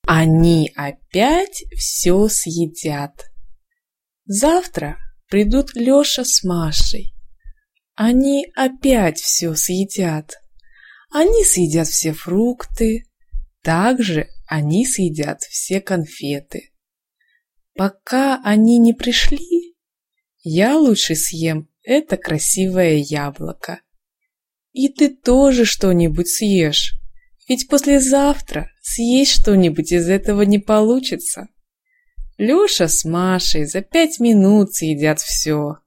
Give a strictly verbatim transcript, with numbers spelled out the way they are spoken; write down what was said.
Они опять все съедят. Завтра придут Леша с Машей. Они опять все съедят. Они съедят все фрукты. Также они съедят все конфеты. Пока они не пришли, я лучше съем это красивое яблоко. И ты тоже что-нибудь съешь, ведь послезавтра съесть что-нибудь из этого не получится. Леша с Машей за пять минут съедят все.